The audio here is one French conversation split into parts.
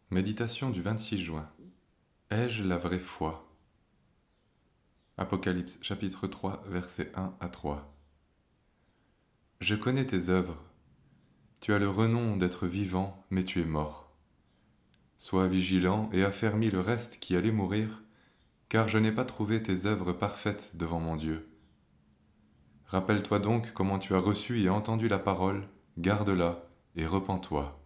Méditation du 26 juin. Ai-je la vraie foi? Apocalypse chapitre 3 versets 1 à 3. Je connais tes œuvres. Tu as le renom d'être vivant, mais tu es mort. Sois vigilant et affermis le reste qui allait mourir, car je n'ai pas trouvé tes œuvres parfaites devant mon Dieu. Rappelle-toi donc comment tu as reçu et entendu la parole, garde-la et repens-toi.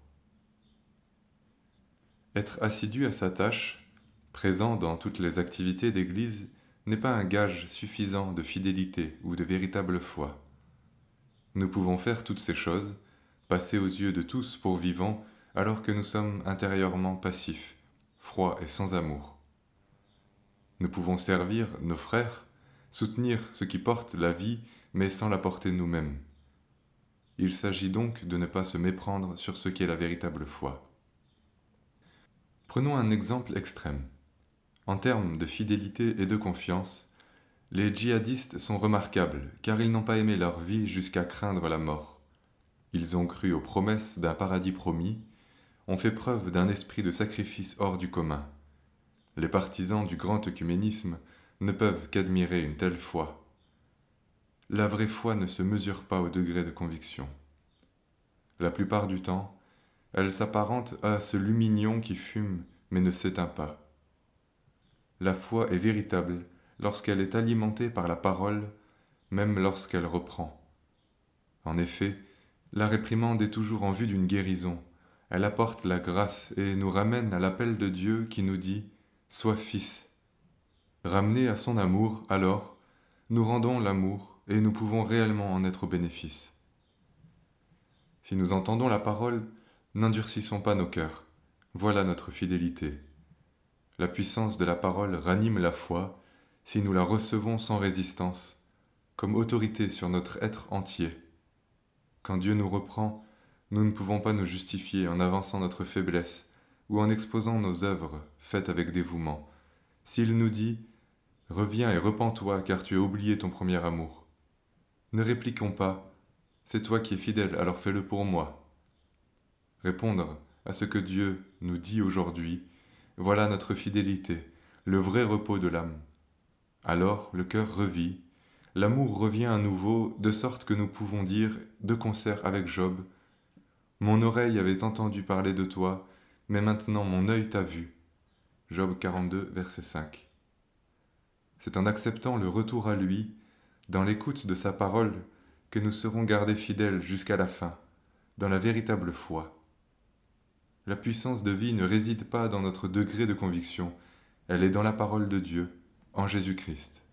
Être assidu à sa tâche, présent dans toutes les activités d'Église, n'est pas un gage suffisant de fidélité ou de véritable foi. Nous pouvons faire toutes ces choses, passer aux yeux de tous pour vivants, alors que nous sommes intérieurement passifs, froids et sans amour. Nous pouvons servir nos frères, soutenir ceux qui portent la vie, mais sans la porter nous-mêmes. Il s'agit donc de ne pas se méprendre sur ce qu'est la véritable foi. Prenons un exemple extrême. En termes de fidélité et de confiance, les djihadistes sont remarquables car ils n'ont pas aimé leur vie jusqu'à craindre la mort. Ils ont cru aux promesses d'un paradis promis, ont fait preuve d'un esprit de sacrifice hors du commun. Les partisans du grand œcuménisme ne peuvent qu'admirer une telle foi. La vraie foi ne se mesure pas au degré de conviction. La plupart du temps, elle s'apparente à ce lumignon qui fume mais ne s'éteint pas. La foi est véritable lorsqu'elle est alimentée par la parole, même lorsqu'elle reprend. En effet, la réprimande est toujours en vue d'une guérison. Elle apporte la grâce et nous ramène à l'appel de Dieu qui nous dit « Sois fils ». Ramenés à son amour, alors, nous rendons l'amour et nous pouvons réellement en être au bénéfice. Si nous entendons la parole, n'endurcissons pas nos cœurs. Voilà notre fidélité. La puissance de la parole ranime la foi si nous la recevons sans résistance, comme autorité sur notre être entier. Quand Dieu nous reprend, nous ne pouvons pas nous justifier en avançant notre faiblesse ou en exposant nos œuvres faites avec dévouement. S'il nous dit « Reviens et repens-toi car tu as oublié ton premier amour », ne répliquons pas « C'est toi qui es fidèle, alors fais-le pour moi ». Répondre à ce que Dieu nous dit aujourd'hui, voilà notre fidélité, le vrai repos de l'âme. Alors le cœur revit, l'amour revient à nouveau, de sorte que nous pouvons dire, de concert avec Job, « Mon oreille avait entendu parler de toi, mais maintenant mon œil t'a vu. » Job 42, verset 5. C'est en acceptant le retour à lui, dans l'écoute de sa parole, que nous serons gardés fidèles jusqu'à la fin, dans la véritable foi. La puissance de vie ne réside pas dans notre degré de conviction, elle est dans la parole de Dieu, en Jésus-Christ.